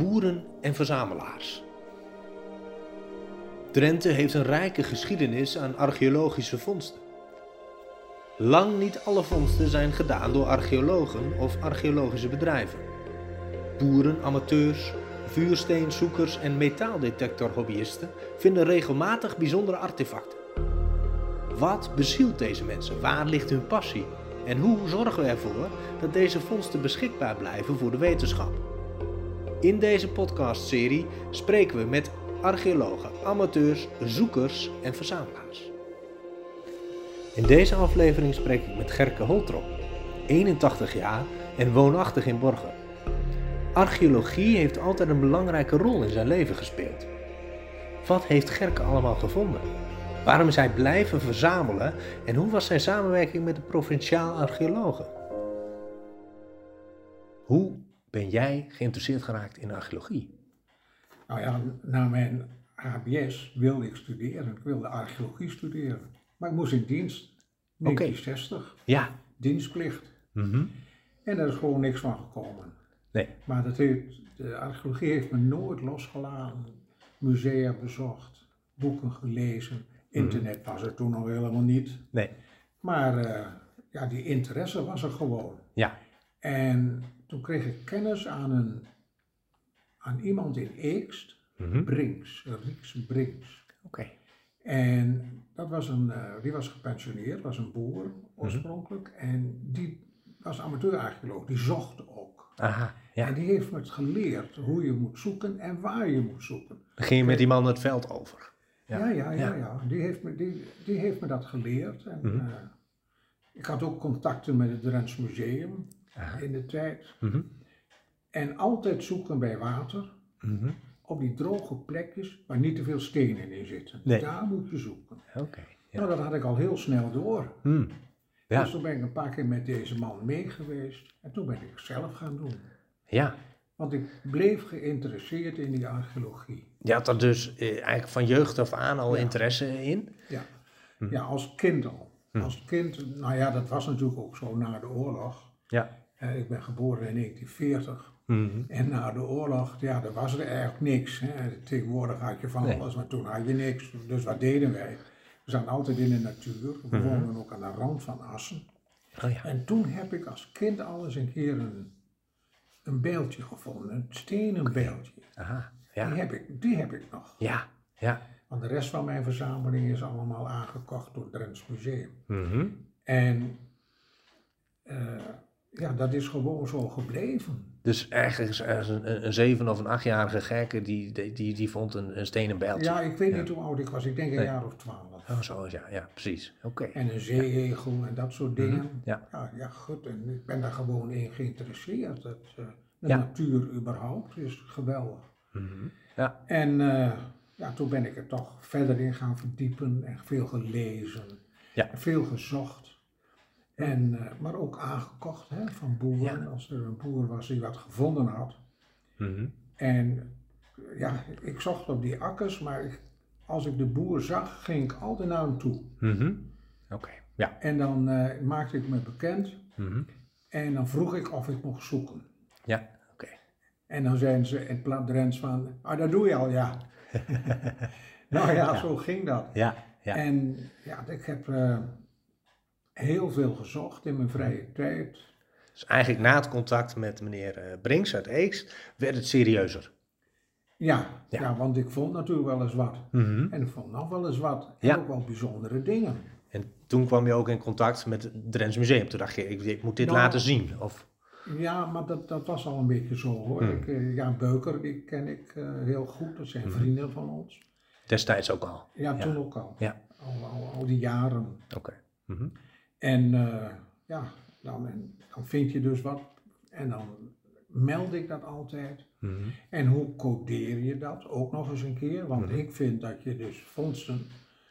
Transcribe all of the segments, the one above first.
boeren en verzamelaars. Drenthe heeft een rijke geschiedenis aan archeologische vondsten. Lang niet alle vondsten zijn gedaan door archeologen of archeologische bedrijven. Boeren, amateurs, vuursteenzoekers en metaaldetectorhobbyisten vinden regelmatig bijzondere artefacten. Wat bezielt deze mensen? Waar ligt hun passie? En hoe zorgen we ervoor dat deze vondsten beschikbaar blijven voor de wetenschap? In deze podcastserie spreken we met archeologen, amateurs, zoekers en verzamelaars. In deze aflevering spreek ik met Gerke Holtrop, 81 jaar en woonachtig in Borger. Archeologie heeft altijd een belangrijke rol in zijn leven gespeeld. Wat heeft Gerke allemaal gevonden? Waarom is hij blijven verzamelen en hoe was zijn samenwerking met de provinciaal archeologen? Hoe ben jij geïnteresseerd geraakt in archeologie? Nou ja, na mijn HBS wilde ik studeren. Ik wilde archeologie studeren. Maar ik moest in dienst. 1960. Ja. Dienstplicht. En daar is gewoon niks van gekomen. Nee. Maar de archeologie heeft me nooit losgelaten. Musea bezocht, boeken gelezen. Internet was er toen nog helemaal niet. Nee. Maar die interesse was er gewoon. Ja. En toen kreeg ik kennis aan iemand in Eekst, Brinks, Rieks Brinks. Oké. En dat was die was gepensioneerd, was een boer oorspronkelijk. En die was amateur-archeoloog, die zocht ook. Aha, ja. En die heeft me het geleerd hoe je moet zoeken en waar je moet zoeken. Dan ging je met die man het veld over. Ja. Die heeft me dat geleerd. En, ik had ook contacten met het Drents Museum in de tijd. En altijd zoeken bij water, op die droge plekjes waar niet te veel stenen in zitten. Nee. Daar moet je zoeken. Oké. Ja. Nou, dat had ik al heel snel door. Ja. Dus toen ben ik een paar keer met deze man mee geweest. En toen ben ik zelf gaan doen. Ja. Want ik bleef geïnteresseerd in die archeologie. Je had er dus eigenlijk van jeugd af aan al interesse in? Ja. Ja, als kind al. Als kind, nou ja, dat was natuurlijk ook zo na de oorlog. Ja. Ik ben geboren in 1940. En na de oorlog, ja, er was er eigenlijk niks. Hè. Tegenwoordig had je van alles, maar toen had je niks. Dus wat deden wij? We zaten altijd in de natuur. We woonden ook aan de rand van Assen. Oh, ja. En toen heb ik als kind al eens een keer een beeldje gevonden. Een stenen beeldje. Aha. Ja. Die heb ik nog. Ja. Ja. Want de rest van mijn verzameling is allemaal aangekocht door het Drents Museum. En dat is gewoon zo gebleven. Dus ergens een 7 of een 8-jarige gekke die vond een stenen bijltje. Ja, ik weet niet hoe oud ik was. Ik denk een jaar of 12. Oh, zo is ja, precies. Oké. En een zeeegel en dat soort dingen. Ja. Ja, goed. En ik ben daar gewoon in geïnteresseerd. De natuur überhaupt is geweldig. Ja. En toen ben ik er toch verder in gaan verdiepen en veel gelezen. Ja. En veel gezocht. En, maar ook aangekocht van boeren. Ja. Als er een boer was die wat gevonden had. En ja, ik zocht op die akkers, maar als ik de boer zag, ging ik altijd naar hem toe. Oké. Ja. En dan maakte ik me bekend. En dan vroeg ik of ik mocht zoeken. Ja, oké. En dan zeiden ze in het plat Drents van, dat doe je al, ja. Nou ja, zo ging dat. Ja. En ja, ik heb heel veel gezocht in mijn vrije tijd. Dus eigenlijk na het contact met meneer Brinks uit Eekst werd het serieuzer. Ja, want ik vond natuurlijk wel eens wat. En ik vond nog wel eens wat. En ook wel bijzondere dingen. En toen kwam je ook in contact met het Drents Museum. Toen dacht je, ik moet dit laten zien. Of... Ja, maar dat was al een beetje zo hoor. Beuker, die ken ik heel goed. Dat zijn vrienden van ons. Destijds ook al? Ja, toen ook al. Ja. Al die jaren. Oké. En dan vind je dus wat. En dan meld ik dat altijd. En hoe codeer je dat? Ook nog eens een keer. Want ik vind dat je dus vondsten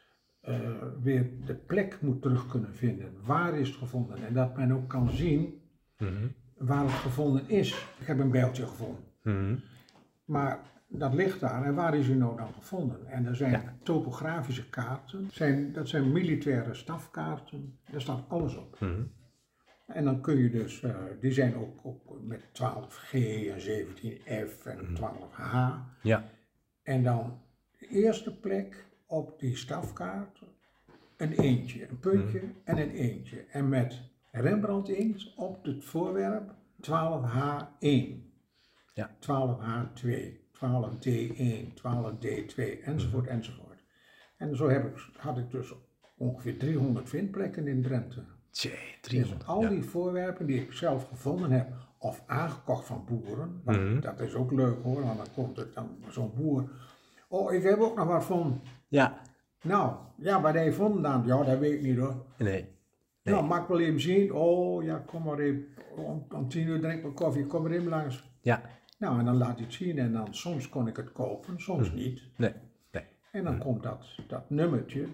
weer de plek moet terug kunnen vinden. Waar is het gevonden? En dat men ook kan zien waar het gevonden is. Ik heb een beeldje gevonden. Maar dat ligt daar en waar is u nou dan gevonden? En er zijn topografische kaarten, dat zijn militaire stafkaarten, daar staat alles op. En dan kun je dus, die zijn ook met 12G en 17F en 12H. Ja. En dan de eerste plek op die stafkaart een eentje, een puntje en een eentje. En met Rembrandt inkt op het voorwerp 12H1, Ja. 12H2, 12D1, 12D2 enzovoort enzovoort. En zo had ik dus ongeveer 300 vindplekken in Drenthe. Tjee, 300. Dus al die voorwerpen die ik zelf gevonden heb of aangekocht van boeren, want dat is ook leuk hoor, want dan komt het dan zo'n boer. Oh, ik heb ook nog wat van. Ja. Nou, ja, wat hij vond dan? Ja, dat weet ik niet hoor. Nee. Nou, mag ik wel even zien? Oh, ja, kom maar even. Om 10 uur drink ik mijn koffie, kom er even langs. Ja. Nou, en dan laat hij het zien en dan soms kon ik het kopen, soms niet. Nee. Nee. En dan komt dat nummertje,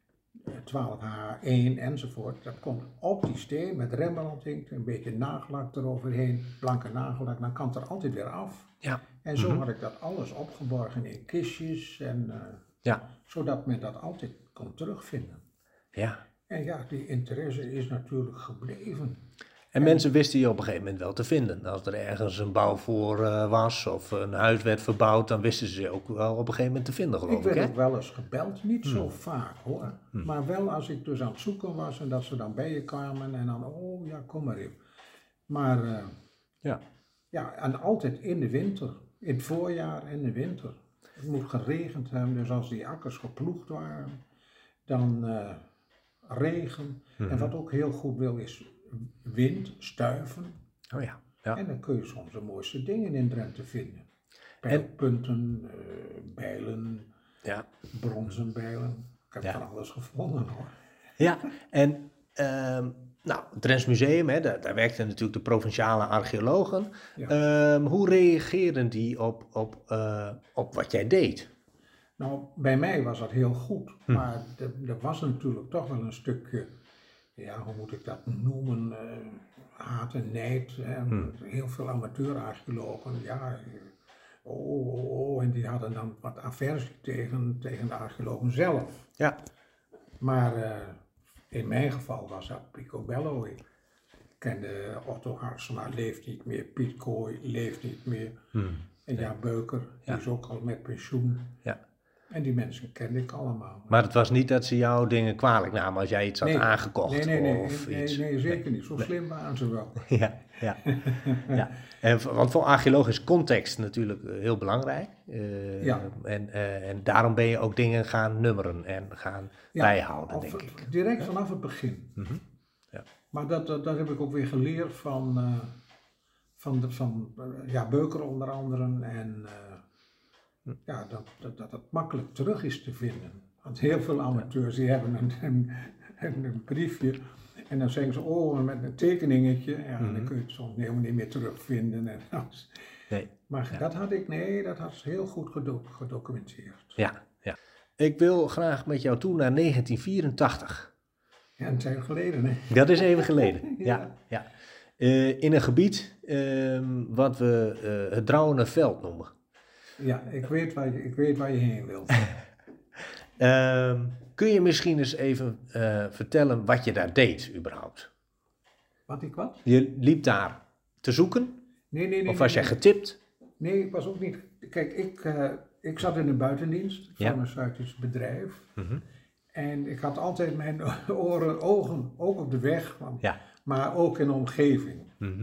12H1 enzovoort, dat komt op die steen met Rembrandt inkt, een beetje nagellak eroverheen, blanke nagellak, dan kan het er altijd weer af. Ja. En zo had ik dat alles opgeborgen in kistjes en Ja. zodat men dat altijd kon terugvinden. Ja. En ja, die interesse is natuurlijk gebleven. En mensen wisten je op een gegeven moment wel te vinden. Als er ergens een bouw voor was of een huis werd verbouwd, dan wisten ze ook wel op een gegeven moment te vinden, geloof ik. Ik werd Hè? ook wel eens gebeld, niet zo vaak hoor. Maar wel als ik dus aan het zoeken was en dat ze dan bij je kwamen en dan, oh ja, kom maar even. Maar Ja. ja, en altijd in de winter, in het voorjaar en de winter. Het moet geregend hebben, dus als die akkers geploegd waren, dan regen. En wat ook heel goed wil is wind, stuiven. Oh ja. Ja. En dan kun je soms de mooiste dingen in Drenthe vinden. Pijlpunten, bijlen, Ja. bronzen bijlen. Ik heb van alles gevonden hoor. Ja. En nou, het Drents Museum, hè, daar werkten natuurlijk de provinciale archeologen. Ja. Hoe reageerden die op wat jij deed? Nou, bij mij was dat heel goed. Maar er was natuurlijk toch wel een stukje, ja, hoe moet ik dat noemen, haat en nijd. Heel veel amateurarcheologen, ja. En die hadden dan wat aversie tegen de archeologen zelf. Ja. Maar in mijn geval was dat Picobello. Ik kende Otto Harsema, leeft niet meer. Piet Kooi leeft niet meer. En Jaap Beuker, die is ook al met pensioen. Ja. En die mensen kende ik allemaal. Maar het was niet dat ze jouw dingen kwalijk namen als jij iets had aangekocht of iets? Nee, zeker niet. Zo slim waren ze wel. Ja. Ja. Want voor archeoloog is context natuurlijk heel belangrijk. En daarom ben je ook dingen gaan nummeren en gaan bijhouden, denk ik. Direct vanaf het begin. Ja. Maar dat heb ik ook weer geleerd van Beuker onder andere. En dat het makkelijk terug is te vinden. Want heel veel amateurs die hebben een briefje. En dan zeggen ze, met een tekeningetje. Ja, dan kun je het soms helemaal niet meer terugvinden. En nee. Maar dat had ze heel goed gedocumenteerd. Ja. Ik wil graag met jou toe naar 1984. Ja, een tijd geleden, hè? Dat is even geleden, ja. In een gebied wat we het Drouwenerveld noemen. Ja, ik weet waar je heen wilt. Kun je misschien eens even vertellen wat je daar deed überhaupt? Wat ik wat? Je liep daar te zoeken? Nee. Of was jij getipt? Nee, ik was ook niet. Kijk, ik zat in de buitendienst van een farmaceutisch bedrijf. En ik had altijd mijn ogen ook op de weg, maar ook in de omgeving.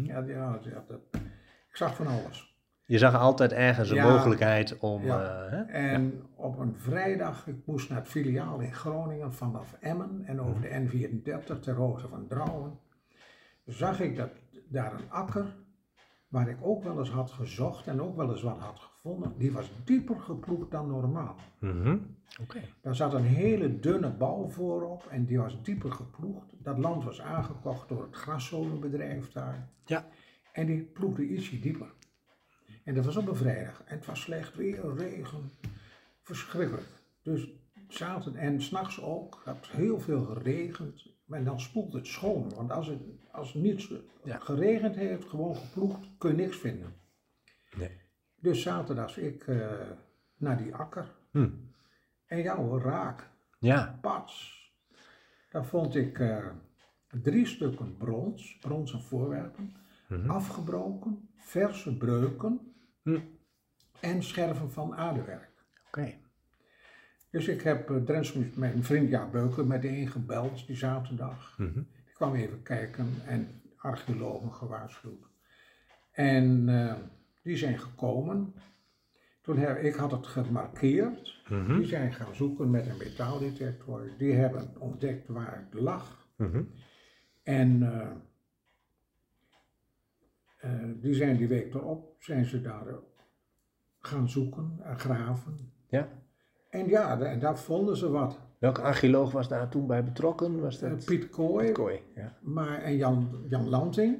Ik zag van alles. Je zag altijd ergens een mogelijkheid om... En op een vrijdag, ik moest naar het filiaal in Groningen vanaf Emmen en over de N34 ter hoogte van Drouwen. Zag ik daar een akker, waar ik ook wel eens had gezocht en ook wel eens wat had gevonden, die was dieper geploegd dan normaal. Daar zat een hele dunne bouw voorop en die was dieper geploegd. Dat land was aangekocht door het graszolenbedrijf daar. Ja. En die ploegde ietsje dieper. En dat was op een vrijdag. En het was slecht weer, regen, verschrikkelijk. Dus zaten, en s'nachts ook, het had heel veel geregend. En dan spoelt het schoon. Want als het niet geregend heeft, gewoon geploegd, kun je niks vinden. Nee. Dus zaterdags ik naar die akker. En ja hoor, raak. Ja. Pats. Daar vond ik 3 stukken bronzen voorwerpen, afgebroken, verse breuken en scherven van aardewerk. Oké. Dus ik heb Drents mijn vriend Jaap Beukelen meteen gebeld die zaterdag. Die kwam even kijken en archeologen gewaarschuwd. En die zijn gekomen. Ik had het gemarkeerd. Die zijn gaan zoeken met een metaaldetector. Die hebben ontdekt waar het lag. En die zijn die week erop, zijn ze daar gaan zoeken en graven. Ja. En ja, en daar vonden ze wat. Welke archeoloog was daar toen bij betrokken? Was dat? Piet Kooi, Piet Kooi, ja. en Jan Lanting.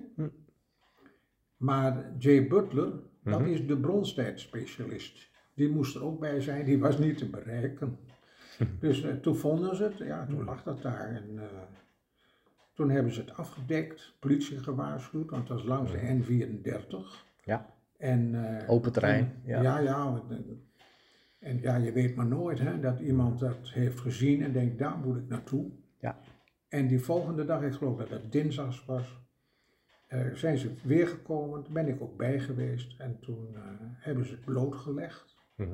Maar Jay Butler, dat is de bronstijdspecialist. Die moest er ook bij zijn, die was niet te bereiken. Dus toen vonden ze het, ja, toen lag dat daar. En toen hebben ze het afgedekt, politie gewaarschuwd, want het was langs de N34. Ja. En, open terrein. En ja, je weet maar nooit hè, dat iemand dat heeft gezien en denkt, daar moet ik naartoe. Ja. En die volgende dag, ik geloof dat het dinsdags was, zijn ze weer gekomen, daar ben ik ook bij geweest. En toen hebben ze het blootgelegd.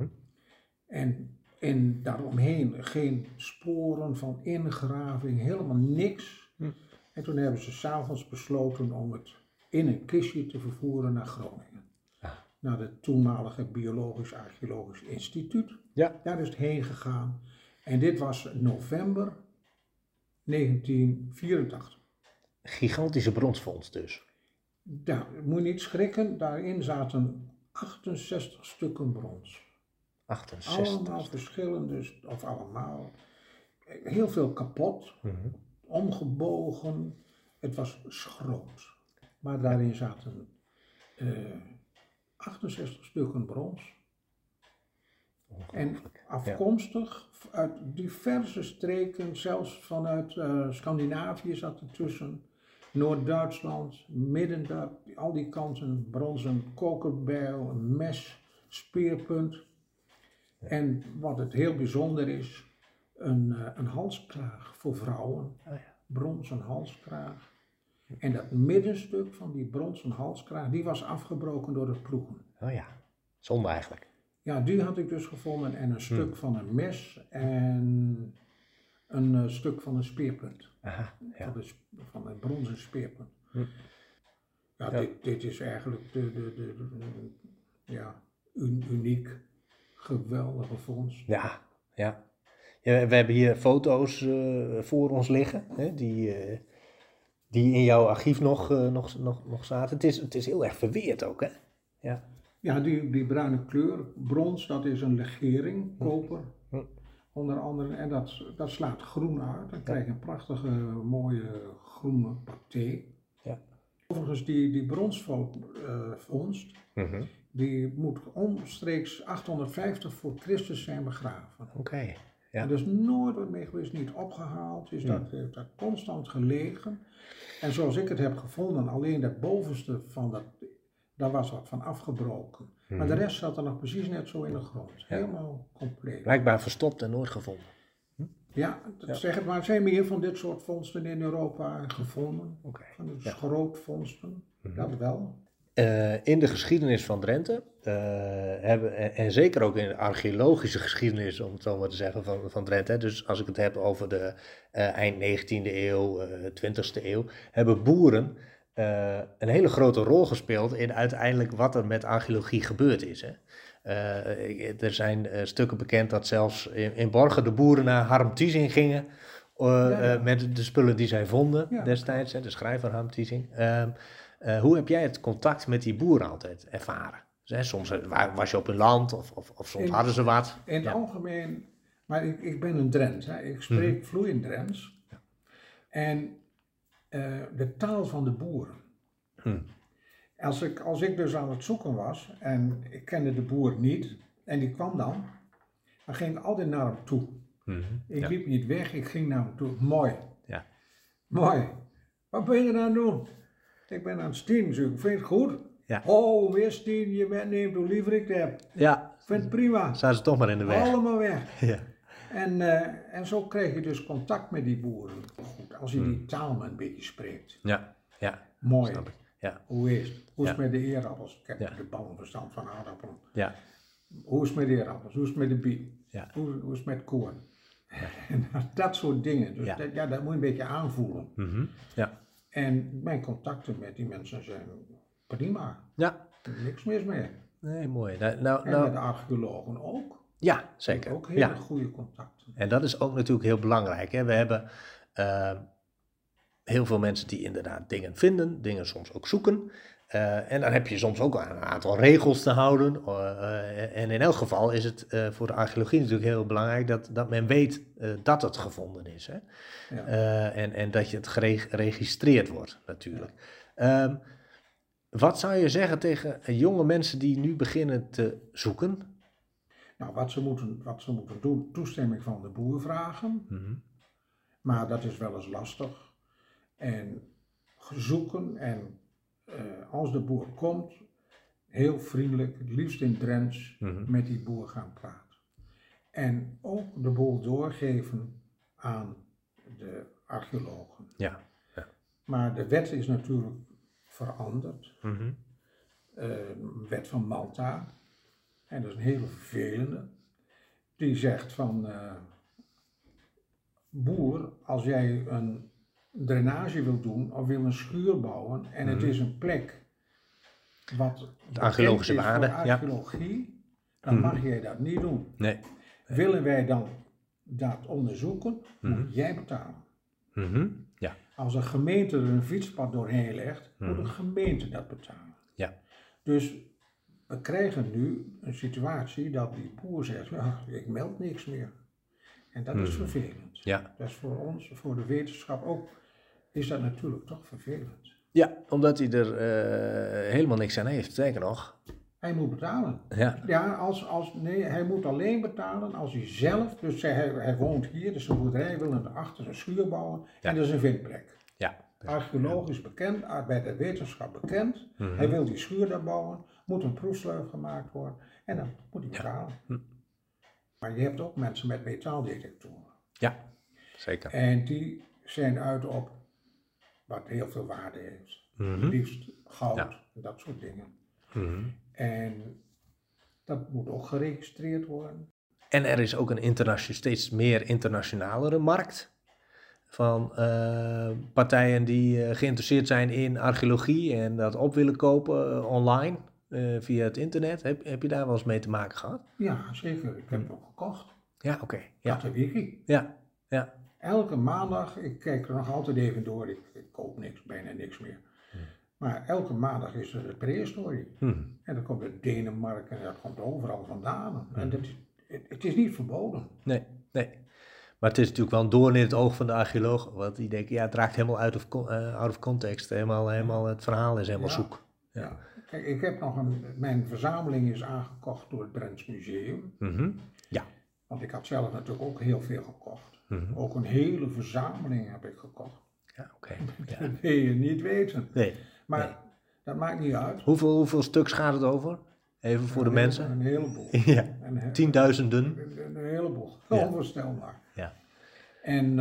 En daaromheen geen sporen van ingraving, helemaal niks. En toen hebben ze 's avonds besloten om het in een kistje te vervoeren naar Groningen. Naar het toenmalige Biologisch-Archeologisch Instituut. Ja. Daar is het heen gegaan. En dit was november 1984. Gigantische bronsvondst dus. Ja, moet je niet schrikken, daarin zaten 68 stukken brons. 68. Allemaal verschillende, of allemaal. Heel veel kapot, omgebogen. Het was schroot. Maar daarin zaten 68 stukken brons. En afkomstig uit diverse streken, zelfs vanuit Scandinavië zat er tussen. Noord-Duitsland, midden, al die kanten, bronzen kokerbijl, een mes, speerpunt. En wat het heel bijzonder is, een halskraag voor vrouwen, bronzen halskraag. En dat middenstuk van die bronzen halskraag, die was afgebroken door het ploegen. Oh ja, zonde eigenlijk. Ja, die had ik dus gevonden en een stuk van een mes en een stuk van een speerpunt. Aha, ja. Van een bronzen speerpunt. Ja, dit is eigenlijk uniek, geweldige vondst. Ja, ja. Ja, we hebben hier foto's voor ons liggen, hè, die in jouw archief nog zaten. Het is heel erg verweerd ook, hè? Ja, ja die bruine kleur, brons, dat is een legering, koper, onder andere. En dat slaat groen uit. Dan krijg je een prachtige, mooie groene paté. Ja. Overigens, die bronsvondst, die moet omstreeks 850 voor Christus zijn begraven. Oké. Ja. En dus nooit wat mee geweest, niet opgehaald, dus dat heeft daar constant gelegen. En zoals ik het heb gevonden, alleen dat bovenste van daar was wat van afgebroken. Maar de rest zat er nog precies net zo in de grond, helemaal compleet. Blijkbaar verstopt en nooit gevonden. Ja, zeg het maar, er zijn meer van dit soort vondsten in Europa gevonden, van de schrootvondsten, dat wel. In de geschiedenis van Drenthe, en zeker ook in de archeologische geschiedenis, om het zo maar te zeggen, van Drenthe, dus als ik het heb over de eind 19e eeuw, 20e eeuw, hebben boeren een hele grote rol gespeeld in uiteindelijk wat er met archeologie gebeurd is. Hè. Er zijn stukken bekend dat zelfs in Borgen de boeren naar Harm Tiesing gingen met de spullen die zij vonden destijds, de schrijver Harm Tiesing. Hoe heb jij het contact met die boeren altijd ervaren? Dus, soms was je op een land of soms hadden ze wat. In het algemeen, maar ik ben een Drents, ik spreek vloeiend Drents. Ja. En de taal van de boeren. Als ik dus aan het zoeken was en ik kende de boer niet en die kwam dan ging ik altijd naar hem toe. Ik liep niet weg, ik ging naar hem toe. Mooi. Ja. Mooi. Wat ben je aan het doen? Ik ben aan het stien, dus ik vind het goed. Ja. Oh, weer stien, je neemt hoe liever ik het heb. Ja. Ik vind het prima. Staan ze toch maar in de weg. Allemaal weg. Ja. En zo krijg je dus contact met die boeren. Goed, als je die taal maar een beetje spreekt. Ja. Mooi. Snap ik. Ja. Hoe is het? Hoe is het met de eerappels? Ik heb Ja. de ballenverstand van aardappelen. Ja. Hoe is het met de eerappels? Hoe is het met de bieten? Ja. Hoe is het met koorn? En dat soort dingen. Dus dat moet je een beetje aanvoelen. Ja. En mijn contacten met die mensen zijn prima. Ja. Niks mis mee. Nee, mooi. En met de archeologen ook. Ja, zeker. Ook hele goede contacten. En dat is ook natuurlijk heel belangrijk. Hè? We hebben heel veel mensen die inderdaad dingen vinden, dingen soms ook zoeken. En dan heb je soms ook een aantal regels te houden. En in elk geval is het voor de archeologie natuurlijk heel belangrijk dat men weet dat het gevonden is. Hè? Ja. En dat je het geregistreerd wordt natuurlijk. Ja. Wat zou je zeggen tegen jonge mensen die nu beginnen te zoeken? Nou, wat ze moeten doen, toestemming van de boer vragen. Maar dat is wel eens lastig. En zoeken en als de boer komt, heel vriendelijk, het liefst in Drents, met die boer gaan praten. En ook de boel doorgeven aan de archeologen. Ja. Maar de wet is natuurlijk veranderd. Wet van Malta. En dat is een hele vervelende. Die zegt van, boer, als jij een drainage wil doen of wil een schuur bouwen en het is een plek wat de archeologische waarde, archeologie, dan mag jij dat niet doen. Nee. Willen wij dan dat onderzoeken, moet jij betalen. Ja. Als een gemeente er een fietspad doorheen legt, moet de gemeente dat betalen. Ja. Dus we krijgen nu een situatie dat die boer zegt, ik meld niks meer. En dat is vervelend. Ja. Dat is voor ons, voor de wetenschap ook, is dat natuurlijk toch vervelend. Ja, omdat hij er helemaal niks aan heeft, zeker nog. Hij moet betalen. Ja. Ja, nee, hij moet alleen betalen als hij zelf, dus hij woont hier, dus een boerderij wil erachter een schuur bouwen en dat is een vindplek. Ja. Archeologisch bekend, bij de wetenschap bekend, hij wil die schuur daar bouwen, moet een proefsleuf gemaakt worden en dan moet hij betalen. Maar je hebt ook mensen met metaaldetectoren. Ja, zeker. En die zijn uit op wat heel veel waarde heeft. Liefst goud en dat soort dingen. En dat moet ook geregistreerd worden. En er is ook een steeds meer internationalere markt van partijen die geïnteresseerd zijn in archeologie en dat op willen kopen online via het internet. Heb je daar wel eens mee te maken gehad? Ja, zeker. Ik heb het ook gekocht. Ja, oké. Ja. Katawiki. Ja. Elke maandag, ik kijk er nog altijd even door, ik koop bijna niks meer. Maar elke maandag is er de prehistorie. En dan komt uit Denemarken en dat komt overal vandaan. En het is niet verboden. Nee. Maar het is natuurlijk wel een doorn in het oog van de archeoloog. Want die denken, het raakt helemaal out of context. Helemaal het verhaal is helemaal zoek. Ja. Kijk, ik heb mijn verzameling is aangekocht door het Drents Museum. Ja. Want ik had zelf natuurlijk ook heel veel gekocht. Ook een hele verzameling heb ik gekocht. Ja, oké. Dat wil je niet weten. Nee. Maar dat maakt niet uit. Hoeveel stuks gaat het over? Even voor de mensen. Een heleboel. Ja. Tienduizenden. Een heleboel. Ja. Onvoorstelbaar. Ja. En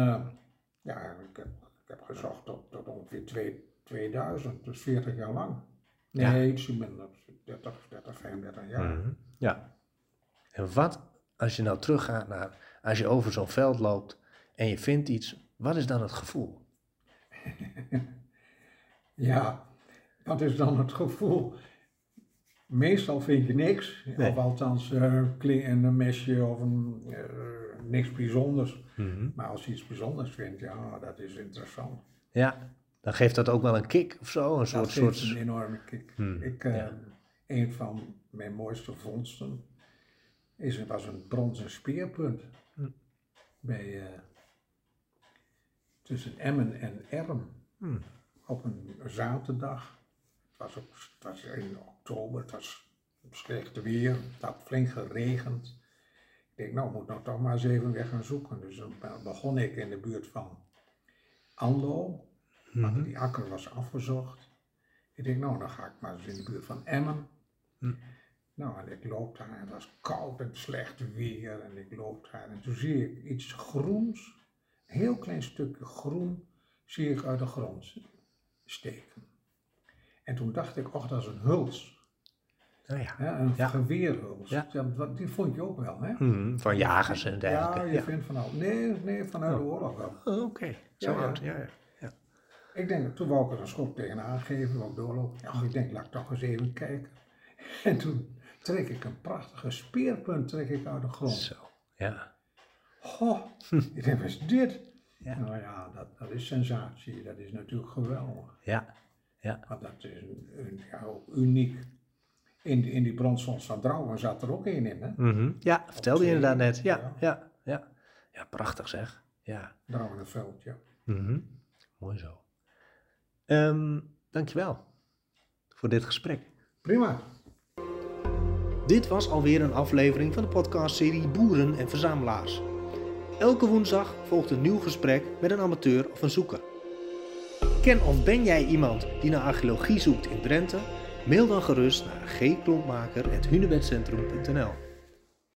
ik heb gezocht tot ongeveer 2000, dus 40 jaar lang. Nee, ietsje minder. 30, 35 jaar. Ja. En wat, als je nou teruggaat naar, als je over zo'n veld loopt en je vindt iets, wat is dan het gevoel? Ja, wat is dan het gevoel? Meestal vind je niks, of althans een mesje of niks bijzonders. Maar als je iets bijzonders vindt, dat is interessant. Ja, dan geeft dat ook wel een kick of zo? Dat geeft een enorme kick. Een van mijn mooiste vondsten was een bronzen speerpunt tussen Emmen en Erm. Op een zaterdag. Het was in oktober, het was slecht weer, het had flink geregend. Ik denk, moet nou toch maar eens even weg gaan zoeken. Dus dan begon ik in de buurt van Anlo, maar die akker was afgezocht. Ik denk, dan ga ik maar eens in de buurt van Emmen. Nou, en ik loop daar en het was koud en slecht weer en ik loop daar en toen zie ik iets groens, een heel klein stukje groen, zie ik uit de grond steken. En toen dacht ik, dat is een huls. Oh ja. Hè, een geweerhuls. Ja. Die vond je ook wel, hè? Van jagers en dergelijke. Ja, je vindt van nee, vanuit de oorlog wel. Oh, oké. Zo oud, ja. Ik denk, toen wou ik er een schop tegenaan geven, wou ik doorlopen. Ja, ik denk, laat ik toch eens even kijken. En toen trek ik een prachtige speerpunt uit de grond. Zo, ja. Ik denk, wat is dit? Ja. Nou ja, dat is sensatie. Dat is natuurlijk geweldig. Ja. Want dat is ook uniek. In die bronsvondst van Drouwen zat er ook één in, hè? Mm-hmm. Ja, vertelde je inderdaad net. Ja, prachtig zeg. Ja. Drouwenveld, ja. Mm-hmm. Mooi zo. Dankjewel voor dit gesprek. Prima. Dit was alweer een aflevering van de podcastserie Boeren en Verzamelaars. Elke woensdag volgt een nieuw gesprek met een amateur of een zoeker. Ken of ben jij iemand die naar archeologie zoekt in Drenthe? Mail dan gerust naar gklompmaker@hunebedcentrum.nl.